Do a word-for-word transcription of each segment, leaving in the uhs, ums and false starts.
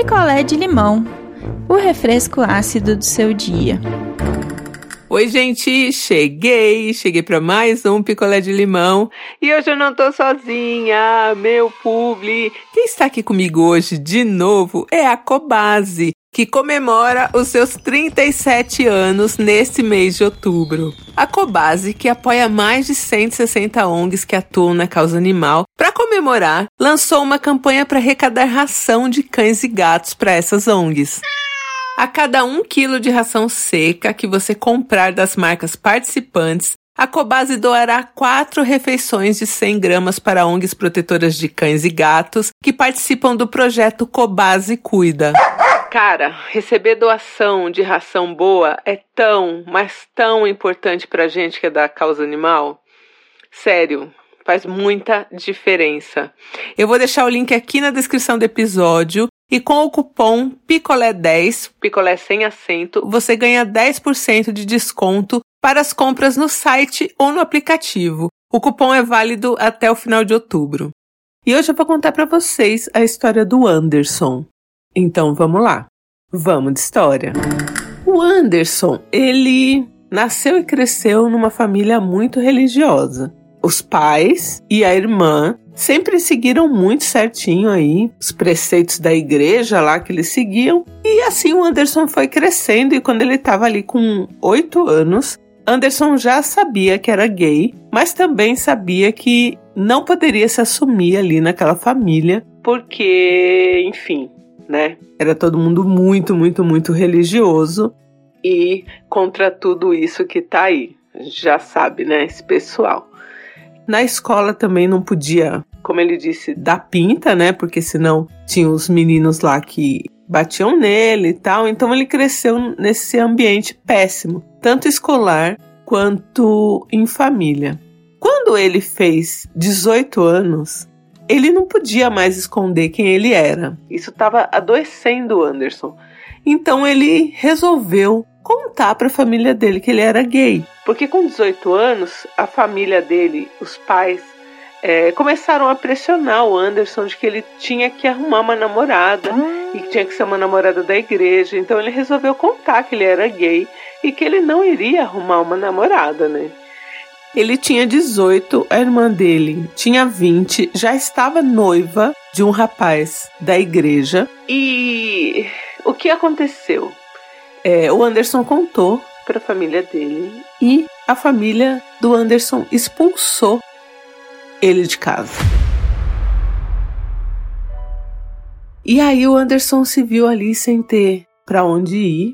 picolé de limão, o refresco ácido do seu dia. Oi, gente, cheguei, cheguei para mais um picolé de limão e hoje eu não tô sozinha, meu publi. Quem está aqui comigo hoje de novo é a Cobase, que comemora os seus trinta e sete anos neste mês de outubro. A Cobase, que apoia mais de cento e sessenta O N Gs que atuam na causa animal, para comemorar, lançou uma campanha para arrecadar ração de cães e gatos para essas O N Gs. A cada um quilo de ração seca que você comprar das marcas participantes, a Cobase doará quatro refeições de cem gramas para O N Gs protetoras de cães e gatos que participam do projeto Cobase Cuida. Cara, receber doação de ração boa é tão, mas tão importante pra gente que é da causa animal. Sério, faz muita diferença. Eu vou deixar o link aqui na descrição do episódio. E com o cupom picolé dez, picolé sem acento, você ganha dez por cento de desconto para as compras no site ou no aplicativo. O cupom é válido até o final de outubro. E hoje eu vou contar para vocês a história do Anderson. Então vamos lá, vamos de história. O Anderson, ele nasceu e cresceu numa família muito religiosa. Os pais e a irmã sempre seguiram muito certinho aí os preceitos da igreja lá que eles seguiam. E assim o Anderson foi crescendo e quando ele estava ali com oito anos, Anderson já sabia que era gay, mas também sabia que não poderia se assumir ali naquela família, porque, enfim, né? Era todo mundo muito, muito, muito religioso e contra tudo isso que tá aí. A gente já sabe, né? Esse pessoal. Na escola também não podia, como ele disse, dar pinta, né? Porque senão tinha os meninos lá que batiam nele e tal. Então ele cresceu nesse ambiente péssimo, tanto escolar quanto em família. Quando ele fez dezoito anos, ele não podia mais esconder quem ele era. Isso estava adoecendo o Anderson. Então ele resolveu contar para a família dele que ele era gay. Porque com dezoito anos, a família dele, os pais, é, começaram a pressionar o Anderson de que ele tinha que arrumar uma namorada e que tinha que ser uma namorada da igreja. Então ele resolveu contar que ele era gay e que ele não iria arrumar uma namorada, né? Ele tinha dezoito, a irmã dele tinha vinte, já estava noiva de um rapaz da igreja. E o que aconteceu? É, o Anderson contou para a família dele e a família do Anderson expulsou ele de casa. E aí o Anderson se viu ali sem ter para onde ir.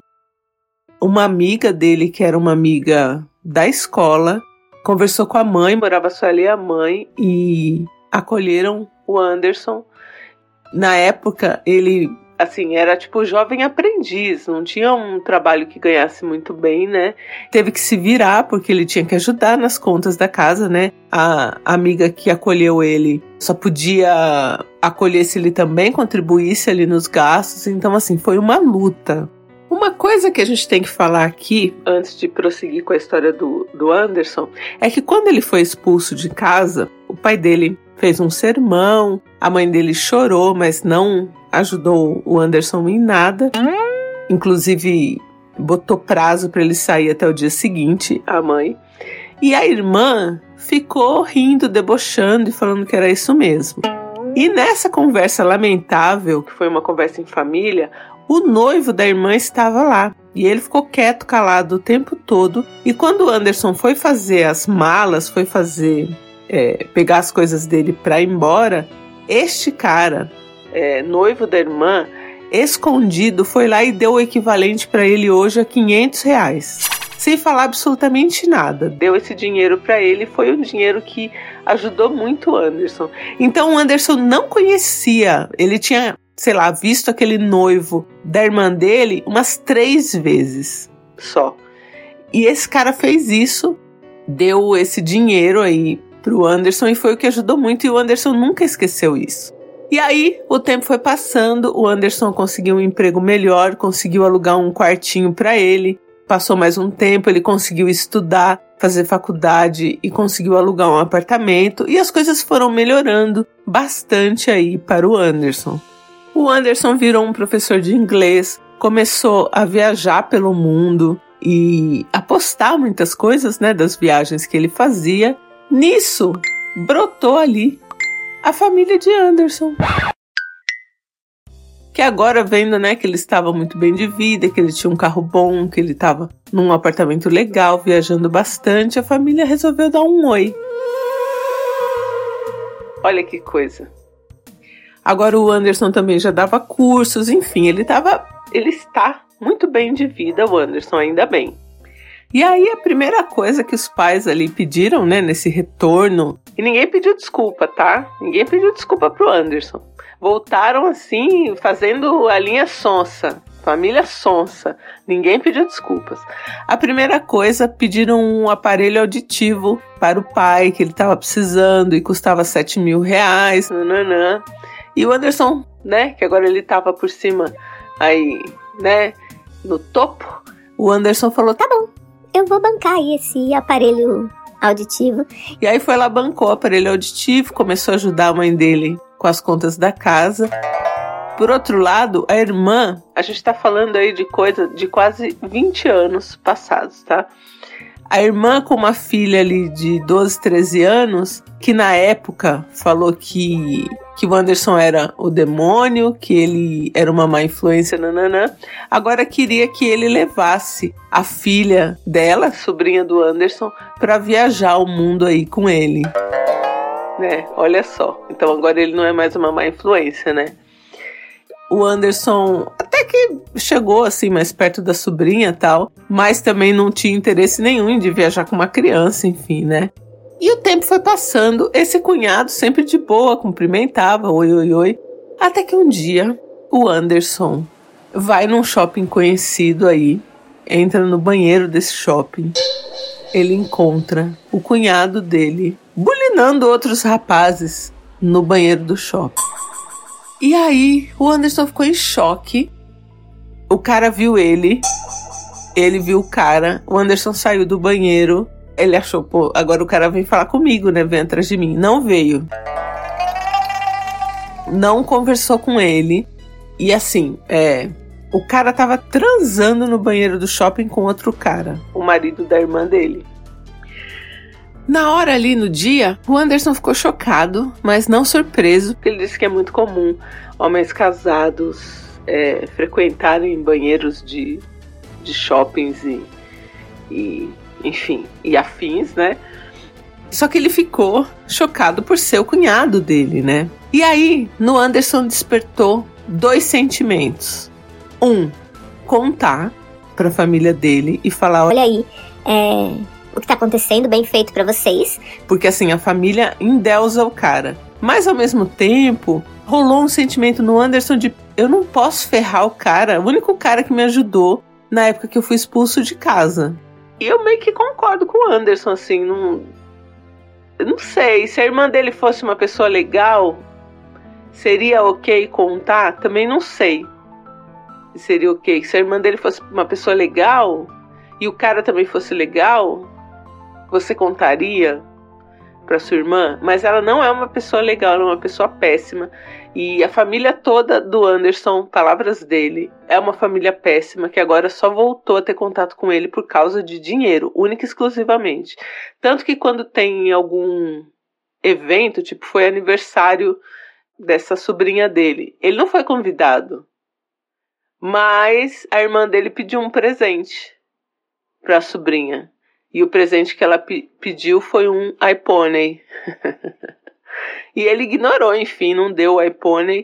Uma amiga dele, que era uma amiga da escola, conversou com a mãe, morava só ali a mãe, e acolheram o Anderson. Na época, ele, assim, era tipo jovem aprendiz, não tinha um trabalho que ganhasse muito bem, né? Teve que se virar, porque ele tinha que ajudar nas contas da casa, né? A amiga que acolheu ele só podia acolher se ele também contribuísse ali nos gastos, então, assim, foi uma luta. Uma coisa que a gente tem que falar aqui, antes de prosseguir com a história do, do Anderson, é que quando ele foi expulso de casa, o pai dele fez um sermão, a mãe dele chorou, mas não ajudou o Anderson em nada. Inclusive, botou prazo para ele sair até o dia seguinte, a mãe. E a irmã ficou rindo, debochando e falando que era isso mesmo. E nessa conversa lamentável, que foi uma conversa em família, o noivo da irmã estava lá. E ele ficou quieto, calado o tempo todo. E quando o Anderson foi fazer as malas, foi fazer... É, pegar as coisas dele para ir embora, este cara, é, noivo da irmã, escondido, foi lá e deu o equivalente para ele hoje a quinhentos reais. Sem falar absolutamente nada. Deu esse dinheiro para ele, foi um dinheiro que ajudou muito o Anderson. Então o Anderson não conhecia, ele tinha, sei lá, visto aquele noivo da irmã dele umas três vezes só. E esse cara fez isso, deu esse dinheiro aí pro Anderson e foi o que ajudou muito, e o Anderson nunca esqueceu isso. E aí o tempo foi passando, o Anderson conseguiu um emprego melhor, conseguiu alugar um quartinho para ele, passou mais um tempo, ele conseguiu estudar, fazer faculdade e conseguiu alugar um apartamento, e as coisas foram melhorando bastante aí para o Anderson. O Anderson virou um professor de inglês, começou a viajar pelo mundo e a postar muitas coisas, né, das viagens que ele fazia. Nisso, brotou ali a família de Anderson. Que agora, vendo, né, que ele estava muito bem de vida, que ele tinha um carro bom, que ele estava num apartamento legal, viajando bastante, a família resolveu dar um oi. Olha que coisa. Agora o Anderson também já dava cursos, enfim, ele tava, ele está muito bem de vida, o Anderson, ainda bem. E aí a primeira coisa que os pais ali pediram, né, nesse retorno, e ninguém pediu desculpa, tá? Ninguém pediu desculpa pro Anderson. Voltaram assim, fazendo a linha sonsa, família sonsa. Ninguém pediu desculpas. A primeira coisa, pediram um aparelho auditivo para o pai, que ele estava precisando e custava sete mil reais, nananã. E o Anderson, né, que agora ele estava por cima aí, né, no topo, o Anderson falou, tá bom, eu vou bancar aí esse aparelho auditivo. E aí foi lá, bancou o aparelho auditivo, começou a ajudar a mãe dele com as contas da casa. Por outro lado, a irmã, a gente tá falando aí de coisa de quase vinte anos passados, tá? A irmã com uma filha ali de doze, treze anos, que na época falou que, que o Anderson era o demônio, que ele era uma má influência, nananã, agora queria que ele levasse a filha dela, sobrinha do Anderson, para viajar o mundo aí com ele. Né? Olha só, então agora ele não é mais uma má influência, né? O Anderson até que chegou assim mais perto da sobrinha e tal, mas também não tinha interesse nenhum de viajar com uma criança, enfim, né? E o tempo foi passando, esse cunhado sempre de boa, cumprimentava, oi, oi, oi, até que um dia o Anderson vai num shopping conhecido aí, entra no banheiro desse shopping, ele encontra o cunhado dele bulinando outros rapazes no banheiro do shopping. E aí, o Anderson ficou em choque. O cara viu ele. Ele viu o cara. O Anderson saiu do banheiro. Ele achou, pô, agora o cara vem falar comigo, né? Vem atrás de mim. Não veio. Não conversou com ele. E assim, é... o cara tava transando no banheiro do shopping com outro cara. O marido da irmã dele. Na hora ali, no dia, o Anderson ficou chocado, mas não surpreso, porque ele disse que é muito comum homens casados é, frequentarem banheiros de, de shoppings e, e, enfim, e afins, né? Só que ele ficou chocado por ser o cunhado dele, né? E aí, no Anderson despertou dois sentimentos. Um, contar pra família dele e falar... Olha aí, é... o que tá acontecendo, bem feito pra vocês. Porque assim, a família endeusa o cara. Mas ao mesmo tempo, rolou um sentimento no Anderson de eu não posso ferrar o cara, o único cara que me ajudou na época que eu fui expulso de casa. E eu meio que concordo com o Anderson, assim, não, eu não sei, se a irmã dele fosse uma pessoa legal, seria ok contar? Também não sei se seria ok. Se a irmã dele fosse uma pessoa legal e o cara também fosse legal, você contaria para sua irmã? Mas ela não é uma pessoa legal, ela é uma pessoa péssima. E a família toda do Anderson, palavras dele, é uma família péssima que agora só voltou a ter contato com ele por causa de dinheiro, única e exclusivamente. Tanto que quando tem algum evento, tipo foi aniversário dessa sobrinha dele, ele não foi convidado, mas a irmã dele pediu um presente para a sobrinha. E o presente que ela p- pediu foi um iPhone. E ele ignorou, enfim, não deu o iPhone,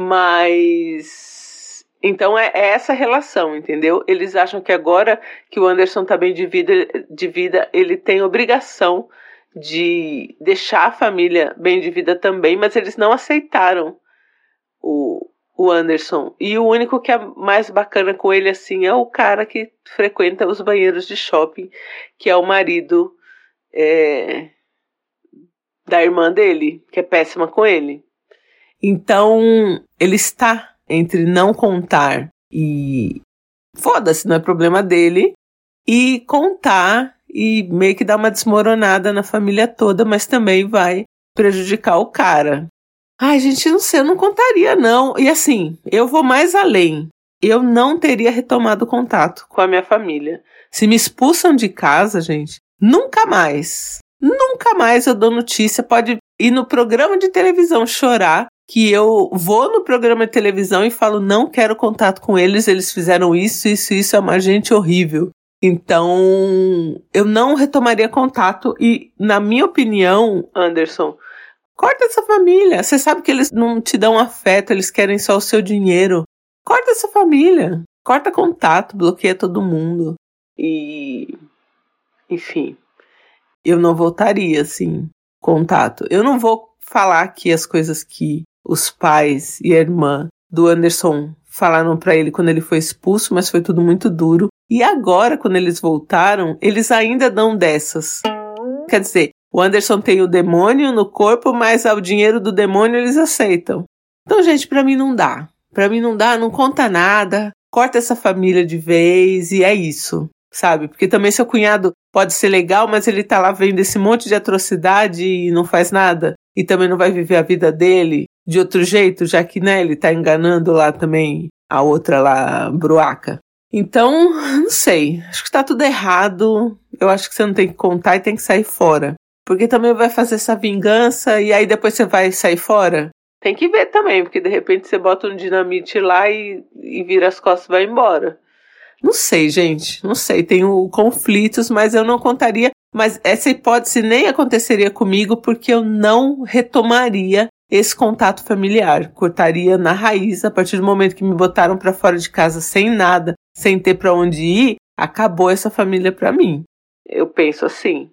mas... Então é, é essa relação, entendeu? Eles acham que agora que o Anderson tá bem de vida, de vida, ele tem obrigação de deixar a família bem de vida também, mas eles não aceitaram o... o Anderson. E o único que é mais bacana com ele, assim, é o cara que frequenta os banheiros de shopping, que é o marido é, da irmã dele, que é péssima com ele. Então, ele está entre não contar e foda-se, não é problema dele, e contar e meio que dar uma desmoronada na família toda, mas também vai prejudicar o cara. Ai, gente, não sei, eu não contaria, não. E assim, eu vou mais além. Eu não teria retomado contato com a minha família. Se me expulsam de casa, gente, nunca mais, nunca mais eu dou notícia. Pode ir no programa de televisão chorar, que eu vou no programa de televisão e falo, não quero contato com eles, eles fizeram isso, isso, isso, é uma gente horrível. Então, eu não retomaria contato e, na minha opinião, Anderson, corta essa família. Você sabe que eles não te dão afeto, eles querem só o seu dinheiro. Corta essa família. Corta contato, bloqueia todo mundo. E, enfim, eu não voltaria, assim, contato. Eu não vou falar aqui as coisas que os pais e a irmã do Anderson falaram pra ele quando ele foi expulso, mas foi tudo muito duro. E agora, quando eles voltaram, eles ainda dão dessas. Quer dizer, o Anderson tem o demônio no corpo, mas o dinheiro do demônio eles aceitam. Então, gente, pra mim não dá. Pra mim não dá, não conta nada. Corta essa família de vez e é isso, sabe? Porque também seu cunhado pode ser legal, mas ele tá lá vendo esse monte de atrocidade e não faz nada. E também não vai viver a vida dele de outro jeito, já que, né, ele tá enganando lá também a outra lá, Bruaca. Então, não sei, acho que tá tudo errado, eu acho que você não tem que contar e tem que sair fora. Porque também vai fazer essa vingança e aí depois você vai sair fora? Tem que ver também, porque de repente você bota um dinamite lá e, e vira as costas e vai embora. Não sei, gente, não sei, tenho conflitos, mas eu não contaria. Mas essa hipótese nem aconteceria comigo porque eu não retomaria esse contato familiar. Cortaria na raiz, a partir do momento que me botaram pra fora de casa sem nada, sem ter pra onde ir, acabou essa família pra mim. Eu penso assim.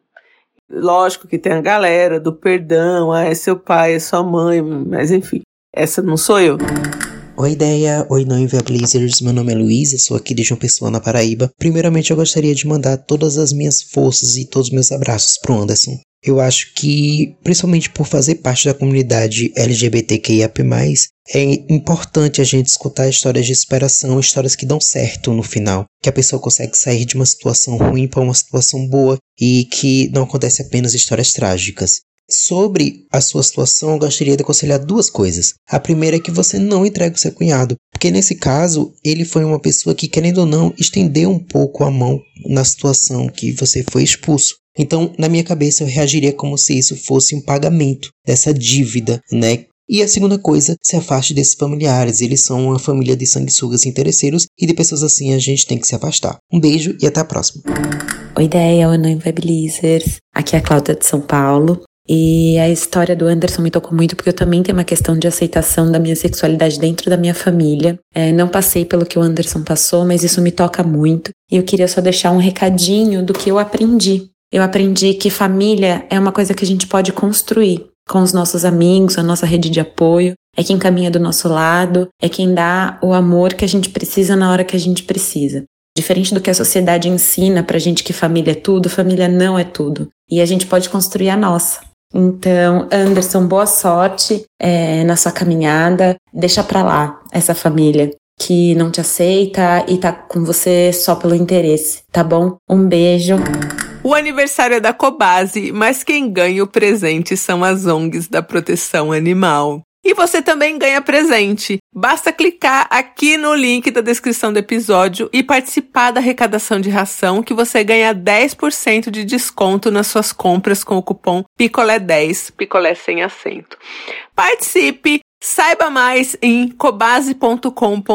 Lógico que tem a galera do perdão, ah, é seu pai, é sua mãe, mas enfim, essa não sou eu. Oi, ideia! Oi, não Inviabilizers, meu nome é Luísa, sou aqui de João Pessoa, na Paraíba. Primeiramente, eu gostaria de mandar todas as minhas forças e todos os meus abraços pro Anderson. Eu acho que, principalmente por fazer parte da comunidade L G B T Q I A P mais, é importante a gente escutar histórias de superação, histórias que dão certo no final, que a pessoa consegue sair de uma situação ruim para uma situação boa e que não acontece apenas histórias trágicas. Sobre a sua situação, eu gostaria de aconselhar duas coisas. A primeira é que você não entregue o seu cunhado, porque nesse caso, ele foi uma pessoa que, querendo ou não, estendeu um pouco a mão na situação que você foi expulso. Então, na minha cabeça, eu reagiria como se isso fosse um pagamento dessa dívida, né? E a segunda coisa, se afaste desses familiares. Eles são uma família de sanguessugas interesseiros e de pessoas assim a gente tem que se afastar. Um beijo e até a próxima. Oi, ideia, oi, não Inviabilizers. Aqui é a Cláudia de São Paulo. E a história do Anderson me tocou muito porque eu também tenho uma questão de aceitação da minha sexualidade dentro da minha família. É, não passei pelo que o Anderson passou, mas isso me toca muito. E eu queria só deixar um recadinho do que eu aprendi. Eu aprendi que família é uma coisa que a gente pode construir com os nossos amigos, a nossa rede de apoio. É quem caminha do nosso lado, é quem dá o amor que a gente precisa na hora que a gente precisa. Diferente do que a sociedade ensina pra gente que família é tudo, família não é tudo. E a gente pode construir a nossa. Então, Anderson, boa sorte é, na sua caminhada. Deixa pra lá essa família que não te aceita e tá com você só pelo interesse, tá bom? Um beijo. O aniversário é da Cobase, mas quem ganha o presente são as O N Gs da proteção animal. E você também ganha presente. Basta clicar aqui no link da descrição do episódio e participar da arrecadação de ração que você ganha dez por cento de desconto nas suas compras com o cupom picolé dez, picolé sem acento. Participe! Saiba mais em cobase.com.br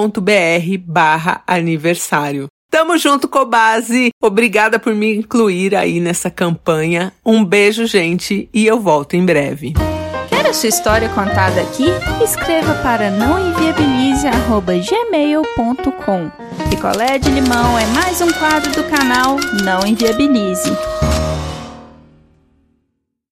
barra aniversário. Tamo junto, Cobase! Obrigada por me incluir aí nessa campanha. Um beijo, gente, e eu volto em breve. Quer a sua história contada aqui? Escreva para não inviabilize arroba gmail ponto com. Picolé de Limão é mais um quadro do canal Não Inviabilize.